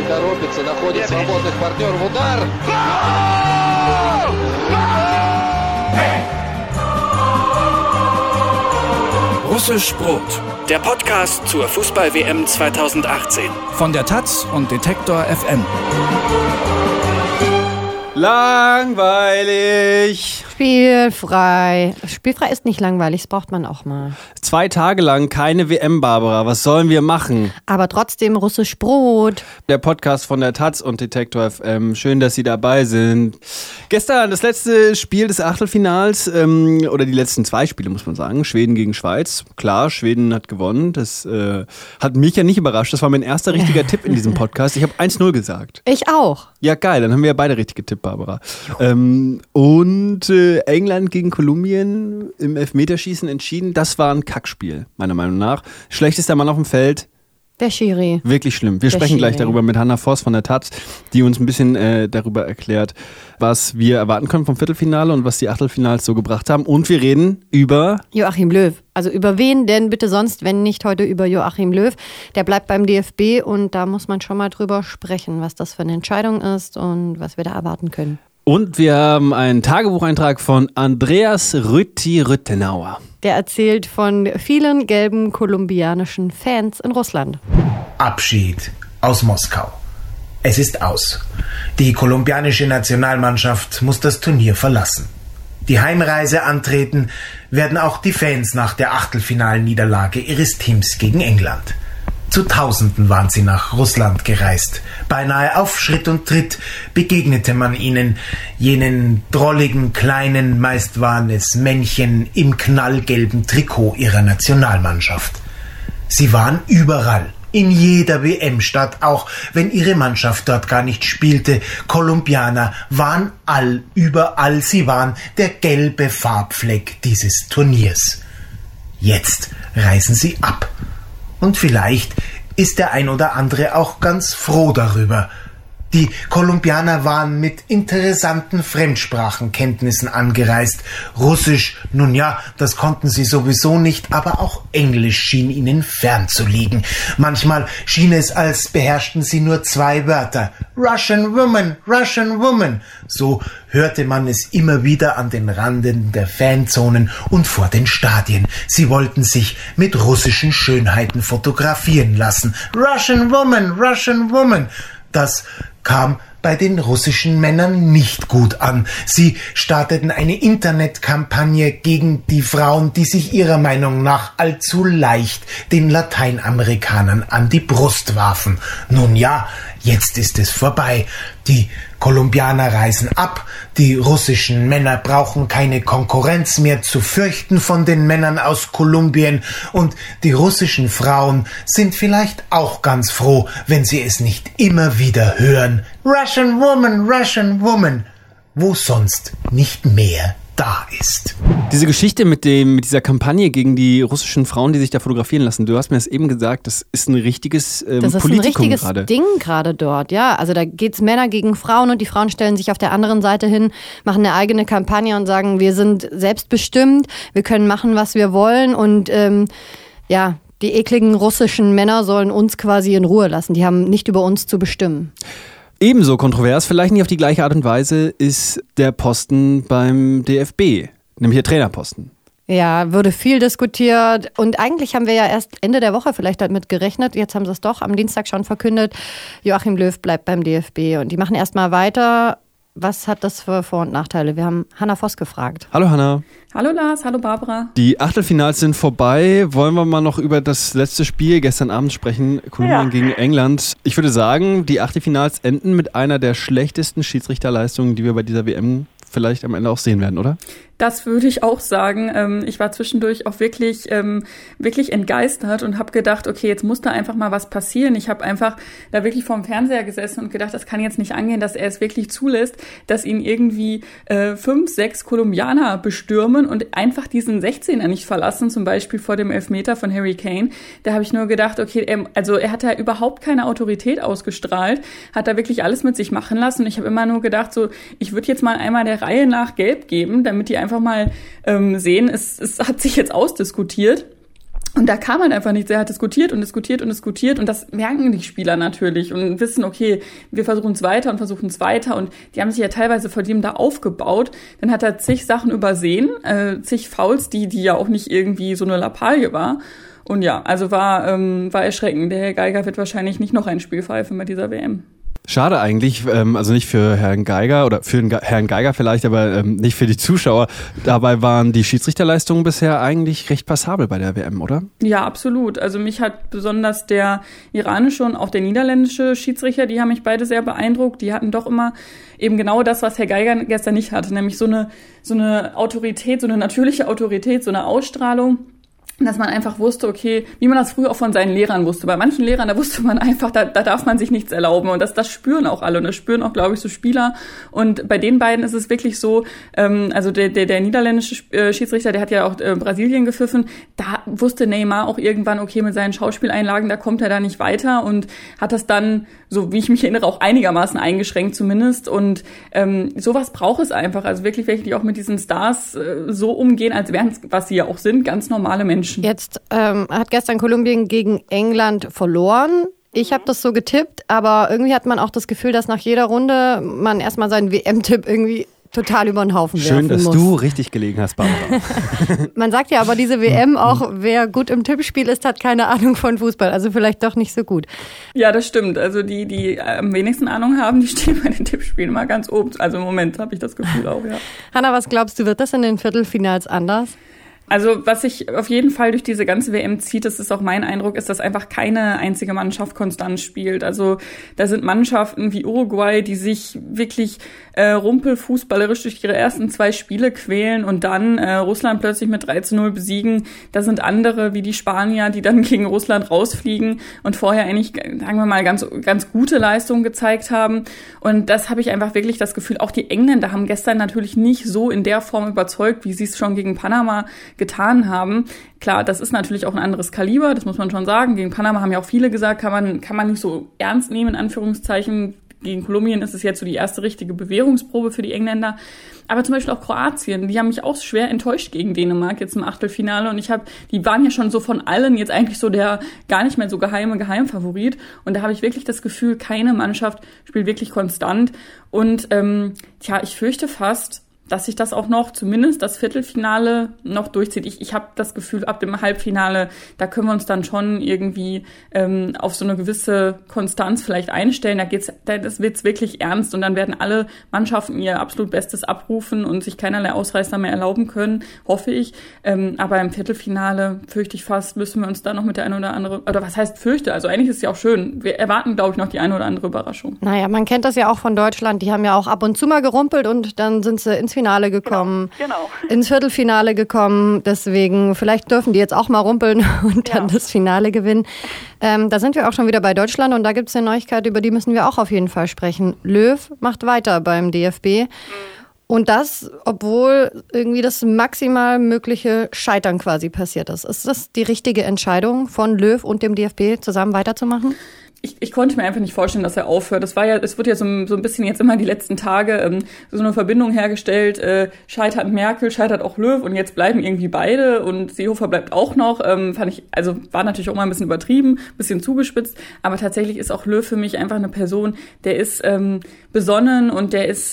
торопится, находит свободных партнеров. Удар! Russisch Brot, der Podcast zur Fußball-WM 2018. Von der Taz und Detektor FM. Langweilig. Spielfrei. Spielfrei ist nicht langweilig, das braucht man auch mal. 2 Tage lang keine WM, Barbara. Was sollen wir machen? Aber trotzdem russisch Brot. Der Podcast von der Taz und Detektor FM. Schön, dass Sie dabei sind. Gestern das letzte Spiel des Achtelfinals, oder die letzten 2 Spiele, muss man sagen. Schweden gegen Schweiz. Klar, Schweden hat gewonnen. Das hat mich ja nicht überrascht. Das war mein erster richtiger Tipp in diesem Podcast. Ich habe 1-0 gesagt. Ich auch. Ja, geil. Dann haben wir ja beide richtig getippt, Barbara. Und England gegen Kolumbien im Elfmeterschießen entschieden. Das war ein Kackspiel, meiner Meinung nach. Schlechtester Mann auf dem Feld. Der Schiri. Wirklich schlimm. Wir sprechen gleich darüber mit Hannah Voss von der Taz, die uns ein bisschen darüber erklärt, was wir erwarten können vom Viertelfinale und was die Achtelfinals so gebracht haben. Und wir reden über Joachim Löw. Also über wen denn bitte sonst, wenn nicht heute über Joachim Löw. Der bleibt beim DFB und da muss man schon mal drüber sprechen, was das für eine Entscheidung ist und was wir da erwarten können. Und wir haben einen Tagebucheintrag von Andreas Rütti-Rüttenauer. Der erzählt von vielen gelben kolumbianischen Fans in Russland. Abschied aus Moskau. Es ist aus. Die kolumbianische Nationalmannschaft muss das Turnier verlassen. Die Heimreise antreten werden auch die Fans nach der Achtelfinalniederlage ihres Teams gegen England. Zu Tausenden waren sie nach Russland gereist. Beinahe auf Schritt und Tritt begegnete man ihnen, jenen drolligen, kleinen, meist waren es Männchen im knallgelben Trikot ihrer Nationalmannschaft. Sie waren überall, in jeder WM-Stadt, auch wenn ihre Mannschaft dort gar nicht spielte. Kolumbianer waren überall, sie waren der gelbe Farbfleck dieses Turniers. Jetzt reisen sie ab. Und vielleicht ist der ein oder andere auch ganz froh darüber. Die Kolumbianer waren mit interessanten Fremdsprachenkenntnissen angereist. Russisch, nun ja, das konnten sie sowieso nicht, aber auch Englisch schien ihnen fern zu liegen. Manchmal schien es, als beherrschten sie nur 2 Wörter. Russian woman, Russian woman. So hörte man es immer wieder an den Randen der Fanzonen und vor den Stadien. Sie wollten sich mit russischen Schönheiten fotografieren lassen. Russian woman, Russian woman. Das kam bei den russischen Männern nicht gut an. Sie starteten eine Internetkampagne gegen die Frauen, die sich ihrer Meinung nach allzu leicht den Lateinamerikanern an die Brust warfen. Nun ja, jetzt ist es vorbei. Die Kolumbianer reisen ab, die russischen Männer brauchen keine Konkurrenz mehr zu fürchten von den Männern aus Kolumbien und die russischen Frauen sind vielleicht auch ganz froh, wenn sie es nicht immer wieder hören. Russian woman, wo sonst nicht mehr da ist. Diese Geschichte mit dieser Kampagne gegen die russischen Frauen, die sich da fotografieren lassen, du hast mir das eben gesagt, das ist ein richtiges Das ist Politikum ein richtiges Ding gerade dort, ja. Also da geht's Männer gegen Frauen und die Frauen stellen sich auf der anderen Seite hin, machen eine eigene Kampagne und sagen, wir sind selbstbestimmt, wir können machen, was wir wollen und die ekligen russischen Männer sollen uns quasi in Ruhe lassen. Die haben nicht über uns zu bestimmen. Ebenso kontrovers, vielleicht nicht auf die gleiche Art und Weise, ist der Posten beim DFB, nämlich der Trainerposten. Ja, wurde viel diskutiert und eigentlich haben wir ja erst Ende der Woche vielleicht damit gerechnet. Jetzt haben sie es doch am Dienstag schon verkündet. Joachim Löw bleibt beim DFB und die machen erstmal weiter. Was hat das für Vor- und Nachteile? Wir haben Hannah Voss gefragt. Hallo Hannah. Hallo Lars, hallo Barbara. Die Achtelfinals sind vorbei. Wollen wir mal noch über das letzte Spiel gestern Abend sprechen? Kolumbien gegen England. Ich würde sagen, die Achtelfinals enden mit einer der schlechtesten Schiedsrichterleistungen, die wir bei dieser WM vielleicht am Ende auch sehen werden, oder? Das würde ich auch sagen. Ich war zwischendurch auch wirklich entgeistert und habe gedacht, okay, jetzt muss da einfach mal was passieren. Ich habe einfach da wirklich vorm Fernseher gesessen und gedacht, das kann jetzt nicht angehen, dass er es wirklich zulässt, dass ihn irgendwie 5, 6 Kolumbianer bestürmen und einfach diesen 16er nicht verlassen, zum Beispiel vor dem Elfmeter von Harry Kane. Da habe ich nur gedacht, okay, er hat da überhaupt keine Autorität ausgestrahlt, hat da wirklich alles mit sich machen lassen. Und ich habe immer nur gedacht, so, ich würde jetzt mal einmal der Reihe nach Gelb geben, damit die einfach mal sehen, es hat sich jetzt ausdiskutiert. Und da kam halt einfach nichts. Er hat diskutiert und das merken die Spieler natürlich und wissen, okay, wir versuchen es weiter und die haben sich ja teilweise vor dem da aufgebaut. Dann hat er zig Sachen übersehen, zig Fouls, die ja auch nicht irgendwie so eine Lappalie war. Und ja, also war erschreckend. Der Herr Geiger wird wahrscheinlich nicht noch ein Spiel pfeifen bei dieser WM. Schade eigentlich, also nicht für Herrn Geiger oder für Herrn Geiger vielleicht, aber nicht für die Zuschauer. Dabei waren die Schiedsrichterleistungen bisher eigentlich recht passabel bei der WM, oder? Ja, absolut. Also mich hat besonders der iranische und auch der niederländische Schiedsrichter, die haben mich beide sehr beeindruckt. Die hatten doch immer eben genau das, was Herr Geiger gestern nicht hatte, nämlich so eine Autorität, so eine natürliche Autorität, so eine Ausstrahlung, dass man einfach wusste, okay, wie man das früher auch von seinen Lehrern wusste. Bei manchen Lehrern, da wusste man einfach, da darf man sich nichts erlauben. Und das spüren auch alle. Und das spüren auch, glaube ich, so Spieler. Und bei den beiden ist es wirklich so, also der niederländische Schiedsrichter, der hat ja auch Brasilien gepfiffen. Da wusste Neymar auch irgendwann, okay, mit seinen Schauspieleinlagen, da kommt er da nicht weiter. Und hat das dann, so wie ich mich erinnere, auch einigermaßen eingeschränkt zumindest. Und sowas braucht es einfach. Also wirklich welche, die auch mit diesen Stars so umgehen, als wären es, was sie ja auch sind, ganz normale Menschen. Jetzt hat gestern Kolumbien gegen England verloren. Ich habe das so getippt, aber irgendwie hat man auch das Gefühl, dass nach jeder Runde man erstmal seinen WM-Tipp irgendwie total über den Haufen werfen muss. Schön, dass du richtig gelegen hast, Barbara. Man sagt ja aber diese WM auch, wer gut im Tippspiel ist, hat keine Ahnung von Fußball. Also vielleicht doch nicht so gut. Ja, das stimmt. Also die am wenigsten Ahnung haben, die stehen bei den Tippspielen mal ganz oben. Also im Moment habe ich das Gefühl auch, ja. Hanna, was glaubst du, wird das in den Viertelfinals anders? Also was sich auf jeden Fall durch diese ganze WM zieht, das ist auch mein Eindruck, ist, dass einfach keine einzige Mannschaft konstant spielt. Also da sind Mannschaften wie Uruguay, die sich wirklich rumpelfußballerisch durch ihre ersten 2 Spiele quälen und dann Russland plötzlich mit 3-0 besiegen. Da sind andere wie die Spanier, die dann gegen Russland rausfliegen und vorher eigentlich, sagen wir mal, ganz gute Leistungen gezeigt haben. Und das habe ich einfach wirklich das Gefühl, auch die Engländer haben gestern natürlich nicht so in der Form überzeugt, wie sie es schon gegen Panama getan haben. Klar, das ist natürlich auch ein anderes Kaliber, das muss man schon sagen. Gegen Panama haben ja auch viele gesagt, kann man nicht so ernst nehmen, in Anführungszeichen. Gegen Kolumbien ist es jetzt so die erste richtige Bewährungsprobe für die Engländer. Aber zum Beispiel auch Kroatien, die haben mich auch schwer enttäuscht gegen Dänemark jetzt im Achtelfinale. Und die waren ja schon so von allen jetzt eigentlich so der gar nicht mehr so Geheimfavorit. Und da habe ich wirklich das Gefühl, keine Mannschaft spielt wirklich konstant. Und ich fürchte fast, dass sich das auch noch, zumindest das Viertelfinale, noch durchzieht. Ich habe das Gefühl, ab dem Halbfinale, da können wir uns dann schon irgendwie auf so eine gewisse Konstanz vielleicht einstellen. Das wird's wirklich ernst und dann werden alle Mannschaften ihr absolut Bestes abrufen und sich keinerlei Ausreißer mehr erlauben können, hoffe ich. Aber im Viertelfinale, fürchte ich fast, müssen wir uns da noch mit der einen oder anderen, oder was heißt fürchte? Also eigentlich ist es ja auch schön. Wir erwarten, glaube ich, noch die eine oder andere Überraschung. Naja, man kennt das ja auch von Deutschland. Die haben ja auch ab und zu mal gerumpelt und dann sind sie ins Finale gekommen, genau. Ins Viertelfinale gekommen. Deswegen, vielleicht dürfen die jetzt auch mal rumpeln und dann das Finale gewinnen. Da sind wir auch schon wieder bei Deutschland und da gibt es eine Neuigkeit, über die müssen wir auch auf jeden Fall sprechen. Löw macht weiter beim DFB. Und das, obwohl irgendwie das maximal mögliche Scheitern quasi passiert ist. Ist das die richtige Entscheidung von Löw und dem DFB, zusammen weiterzumachen? Ich konnte mir einfach nicht vorstellen, dass er aufhört. Es wird ja so ein bisschen jetzt immer die letzten Tage so eine Verbindung hergestellt. Scheitert Merkel, scheitert auch Löw und jetzt bleiben irgendwie beide und Seehofer bleibt auch noch. War natürlich auch mal ein bisschen übertrieben, ein bisschen zugespitzt. Aber tatsächlich ist auch Löw für mich einfach eine Person, der ist besonnen und der ist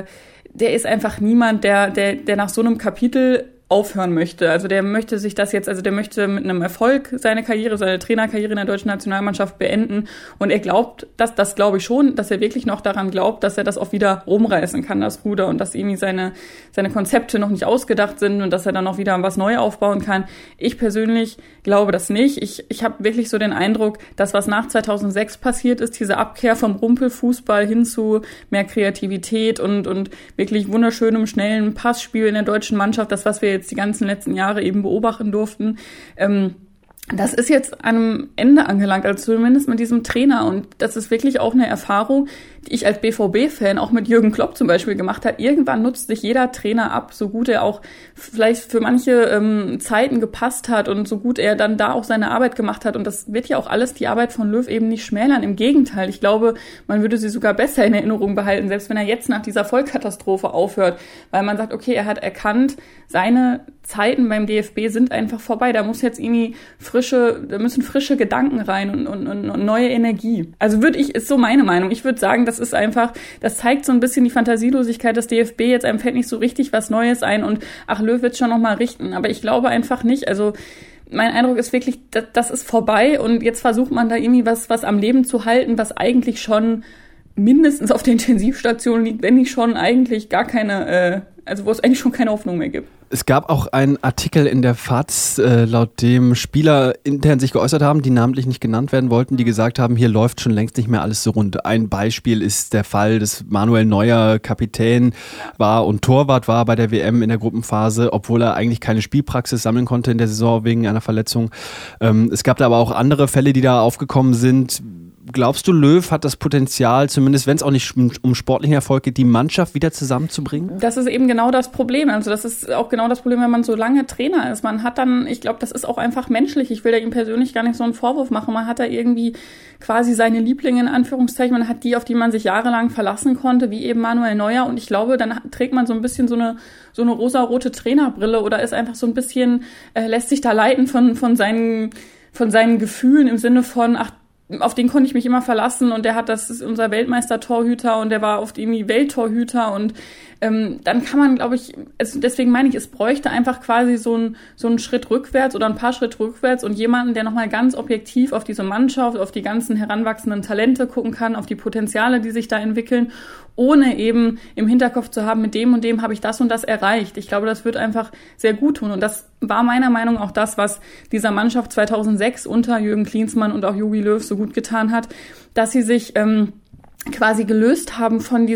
einfach niemand, der nach so einem Kapitel aufhören möchte. Also der möchte der möchte mit einem Erfolg seine Trainerkarriere in der deutschen Nationalmannschaft beenden. Und er glaubt, das glaube ich schon, dass er wirklich noch daran glaubt, dass er das auch wieder rumreißen kann, das Ruder, und dass irgendwie seine Konzepte noch nicht ausgedacht sind und dass er dann noch wieder was neu aufbauen kann. Ich persönlich glaube das nicht. Ich habe wirklich so den Eindruck, dass was nach 2006 passiert ist, diese Abkehr vom Rumpelfußball hin zu mehr Kreativität und wirklich wunderschönem, schnellen Passspiel in der deutschen Mannschaft, das, was wir jetzt die ganzen letzten Jahre eben beobachten durften, das ist jetzt an einem Ende angelangt, also zumindest mit diesem Trainer. Und das ist wirklich auch eine Erfahrung, die ich als BVB-Fan auch mit Jürgen Klopp zum Beispiel gemacht habe. Irgendwann nutzt sich jeder Trainer ab, so gut er auch vielleicht für manche Zeiten gepasst hat und so gut er dann da auch seine Arbeit gemacht hat. Und das wird ja auch alles die Arbeit von Löw eben nicht schmälern. Im Gegenteil, ich glaube, man würde sie sogar besser in Erinnerung behalten, selbst wenn er jetzt nach dieser Vollkatastrophe aufhört. Weil man sagt, okay, er hat erkannt, seine Zeiten beim DFB sind einfach vorbei. Da muss jetzt irgendwie da müssen frische Gedanken rein und neue Energie. Also ist so meine Meinung. Ich würde sagen, das zeigt so ein bisschen die Fantasielosigkeit des DFB. Jetzt einem fällt nicht so richtig was Neues ein und Löw wird schon nochmal richten. Aber ich glaube einfach nicht. Also mein Eindruck ist wirklich, das ist vorbei und jetzt versucht man da irgendwie was am Leben zu halten, was eigentlich schon mindestens auf der Intensivstation liegt, wenn nicht schon eigentlich gar keine, wo es eigentlich schon keine Hoffnung mehr gibt. Es gab auch einen Artikel in der FAZ, laut dem Spieler intern sich geäußert haben, die namentlich nicht genannt werden wollten, die gesagt haben, hier läuft schon längst nicht mehr alles so rund. Ein Beispiel ist der Fall, dass Manuel Neuer Kapitän war und Torwart war bei der WM in der Gruppenphase, obwohl er eigentlich keine Spielpraxis sammeln konnte in der Saison wegen einer Verletzung. Es gab da aber auch andere Fälle, die da aufgekommen sind. Glaubst du, Löw hat das Potenzial, zumindest wenn es auch nicht um sportlichen Erfolg geht, die Mannschaft wieder zusammenzubringen? Das ist eben genau das Problem. Also das ist auch genau das Problem, wenn man so lange Trainer ist. Man hat dann, ich glaube, das ist auch einfach menschlich. Ich will da ihm persönlich gar nicht so einen Vorwurf machen. Man hat da irgendwie quasi seine Lieblinge in Anführungszeichen. Man hat die, auf die man sich jahrelang verlassen konnte, wie eben Manuel Neuer. Und ich glaube, dann trägt man so ein bisschen so eine rosarote Trainerbrille oder ist einfach so ein bisschen, lässt sich da leiten von seinen Gefühlen im Sinne von, auf den konnte ich mich immer verlassen und das ist unser Weltmeister-Torhüter und der war oft irgendwie Welttorhüter und dann kann man, glaube ich, deswegen meine ich, es bräuchte einfach quasi so einen Schritt rückwärts oder ein paar Schritt rückwärts und jemanden, der nochmal ganz objektiv auf diese Mannschaft, auf die ganzen heranwachsenden Talente gucken kann, auf die Potenziale, die sich da entwickeln, ohne eben im Hinterkopf zu haben, mit dem und dem habe ich das und das erreicht. Ich glaube, das wird einfach sehr gut tun und das war meiner Meinung nach auch das, was dieser Mannschaft 2006 unter Jürgen Klinsmann und auch Jogi Löw so gut getan hat, dass sie sich quasi gelöst haben von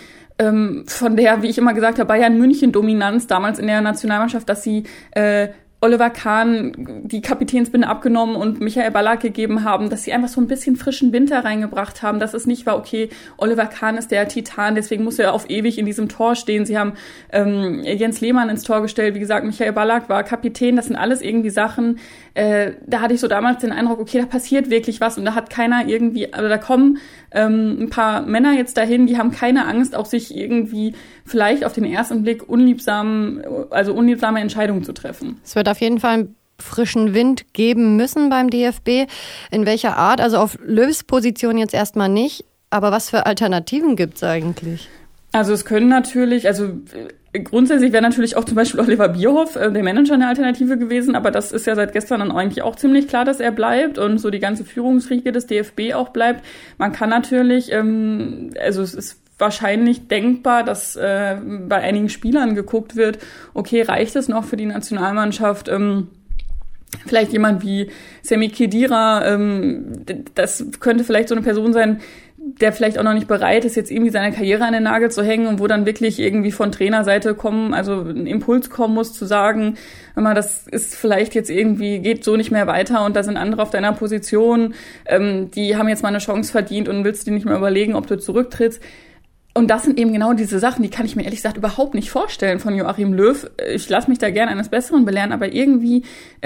der, wie ich immer gesagt habe, Bayern-München-Dominanz damals in der Nationalmannschaft, dass sie Oliver Kahn die Kapitänsbinde abgenommen und Michael Ballack gegeben haben, dass sie einfach so ein bisschen frischen Winter reingebracht haben, dass es nicht war, okay, Oliver Kahn ist der Titan, deswegen muss er auf ewig in diesem Tor stehen. Sie haben Jens Lehmann ins Tor gestellt, wie gesagt, Michael Ballack war Kapitän, das sind alles irgendwie Sachen, da hatte ich so damals den Eindruck, okay, da passiert wirklich was und da hat keiner irgendwie, also da kommen ein paar Männer jetzt dahin, die haben keine Angst, auch sich irgendwie vielleicht auf den ersten Blick unliebsame Entscheidungen zu treffen. Es wird auf jeden Fall einen frischen Wind geben müssen beim DFB. In welcher Art? Also auf Löws Position jetzt erstmal nicht, aber was für Alternativen gibt es eigentlich? Also es können natürlich, grundsätzlich wäre natürlich auch zum Beispiel Oliver Bierhoff, der Manager, eine Alternative gewesen, aber das ist ja seit gestern dann eigentlich auch ziemlich klar, dass er bleibt und so die ganze Führungsriege des DFB auch bleibt. Man kann natürlich, es ist wahrscheinlich denkbar, dass bei einigen Spielern geguckt wird, okay, reicht es noch für die Nationalmannschaft, vielleicht jemand wie Sami Khedira, das könnte vielleicht so eine Person sein, der vielleicht auch noch nicht bereit ist, jetzt irgendwie seine Karriere an den Nagel zu hängen und wo dann wirklich irgendwie von Trainerseite ein Impuls kommen muss, zu sagen, das ist vielleicht jetzt irgendwie, geht so nicht mehr weiter und da sind andere auf deiner Position, die haben jetzt mal eine Chance verdient und willst dir nicht mehr überlegen, ob du zurücktrittst. Und das sind eben genau diese Sachen, die kann ich mir ehrlich gesagt überhaupt nicht vorstellen von Joachim Löw. Ich lasse mich da gerne eines Besseren belehren, aber irgendwie,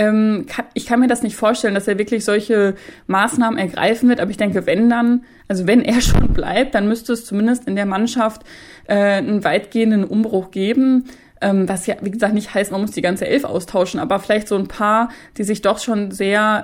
ich kann mir das nicht vorstellen, dass er wirklich solche Maßnahmen ergreifen wird. Aber ich denke, wenn er schon bleibt, dann müsste es zumindest in der Mannschaft einen weitgehenden Umbruch geben. Was ja, wie gesagt, nicht heißt, man muss die ganze Elf austauschen, aber vielleicht so ein paar, die sich doch schon sehr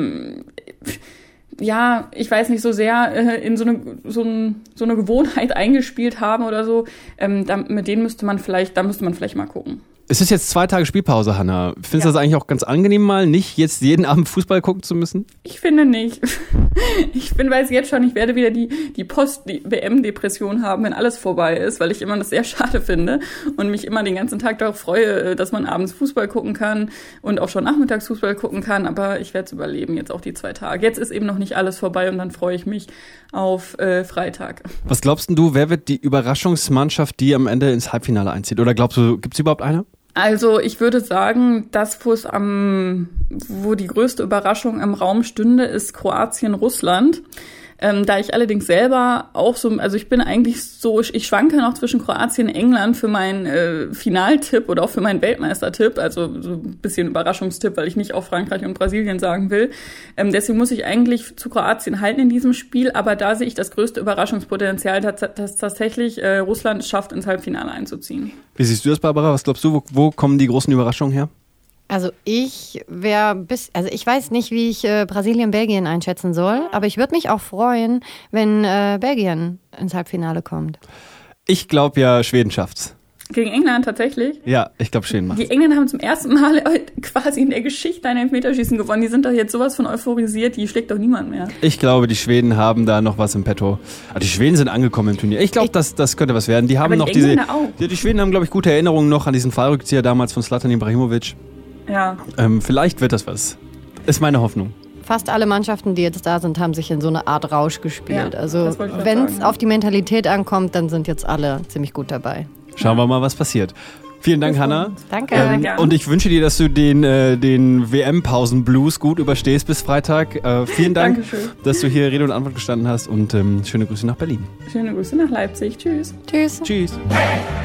ich weiß nicht, so sehr in so eine Gewohnheit eingespielt haben oder so, mit denen müsste man vielleicht mal gucken. Es ist jetzt 2 Tage Spielpause, Hanna. Findest du das eigentlich auch ganz angenehm mal, nicht jetzt jeden Abend Fußball gucken zu müssen? Ich finde nicht. Ich weiß jetzt schon, ich werde wieder die Post-WM-Depression haben, wenn alles vorbei ist, weil ich immer das sehr schade finde und mich immer den ganzen Tag darauf freue, dass man abends Fußball gucken kann und auch schon nachmittags Fußball gucken kann, aber ich werde es überleben, jetzt auch die 2 Tage. Jetzt ist eben noch nicht alles vorbei und dann freue ich mich auf Freitag. Was glaubst du, wer wird die Überraschungsmannschaft, die am Ende ins Halbfinale einzieht? Oder glaubst du, gibt es überhaupt eine? Also ich würde sagen, das, wo die größte Überraschung im Raum stünde, ist Kroatien-Russland. Da ich allerdings selber auch so, also ich bin eigentlich so, ich schwanke noch zwischen Kroatien und England für meinen Finaltipp oder auch für meinen Weltmeistertipp, also so ein bisschen Überraschungstipp, weil ich nicht auf Frankreich und Brasilien sagen will. Deswegen muss ich eigentlich zu Kroatien halten in diesem Spiel, aber da sehe ich das größte Überraschungspotenzial, dass tatsächlich Russland es schafft, ins Halbfinale einzuziehen. Wie siehst du das, Barbara? Was glaubst du, wo kommen die großen Überraschungen her? Also ich weiß nicht, wie ich Brasilien-Belgien einschätzen soll, aber ich würde mich auch freuen, wenn Belgien ins Halbfinale kommt. Ich glaube ja, Schweden schafft's. Gegen England tatsächlich? Ja, ich glaube, Schweden macht's. Die Engländer haben zum ersten Mal quasi in der Geschichte ein Elfmeterschießen gewonnen. Die sind doch jetzt sowas von euphorisiert, die schlägt doch niemand mehr. Ich glaube, die Schweden haben da noch was im Petto. Aber die Schweden sind angekommen im Turnier. Ich glaube, das könnte was werden. Die haben noch die Schweden haben, glaube ich, gute Erinnerungen noch an diesen Fallrückzieher damals von Zlatan Ibrahimovic. Ja. Vielleicht wird das was. Ist meine Hoffnung. Fast alle Mannschaften, die jetzt da sind, haben sich in so eine Art Rausch gespielt. Ja, also wenn es auf die Mentalität ankommt, dann sind jetzt alle ziemlich gut dabei. Schauen wir mal, was passiert. Vielen Dank, Hanna. Danke. Und ich wünsche dir, dass du den WM-Pausen-Blues gut überstehst bis Freitag. Vielen Dank, dass du hier Rede und Antwort gestanden hast und schöne Grüße nach Berlin. Schöne Grüße nach Leipzig. Tschüss. Tschüss. Tschüss.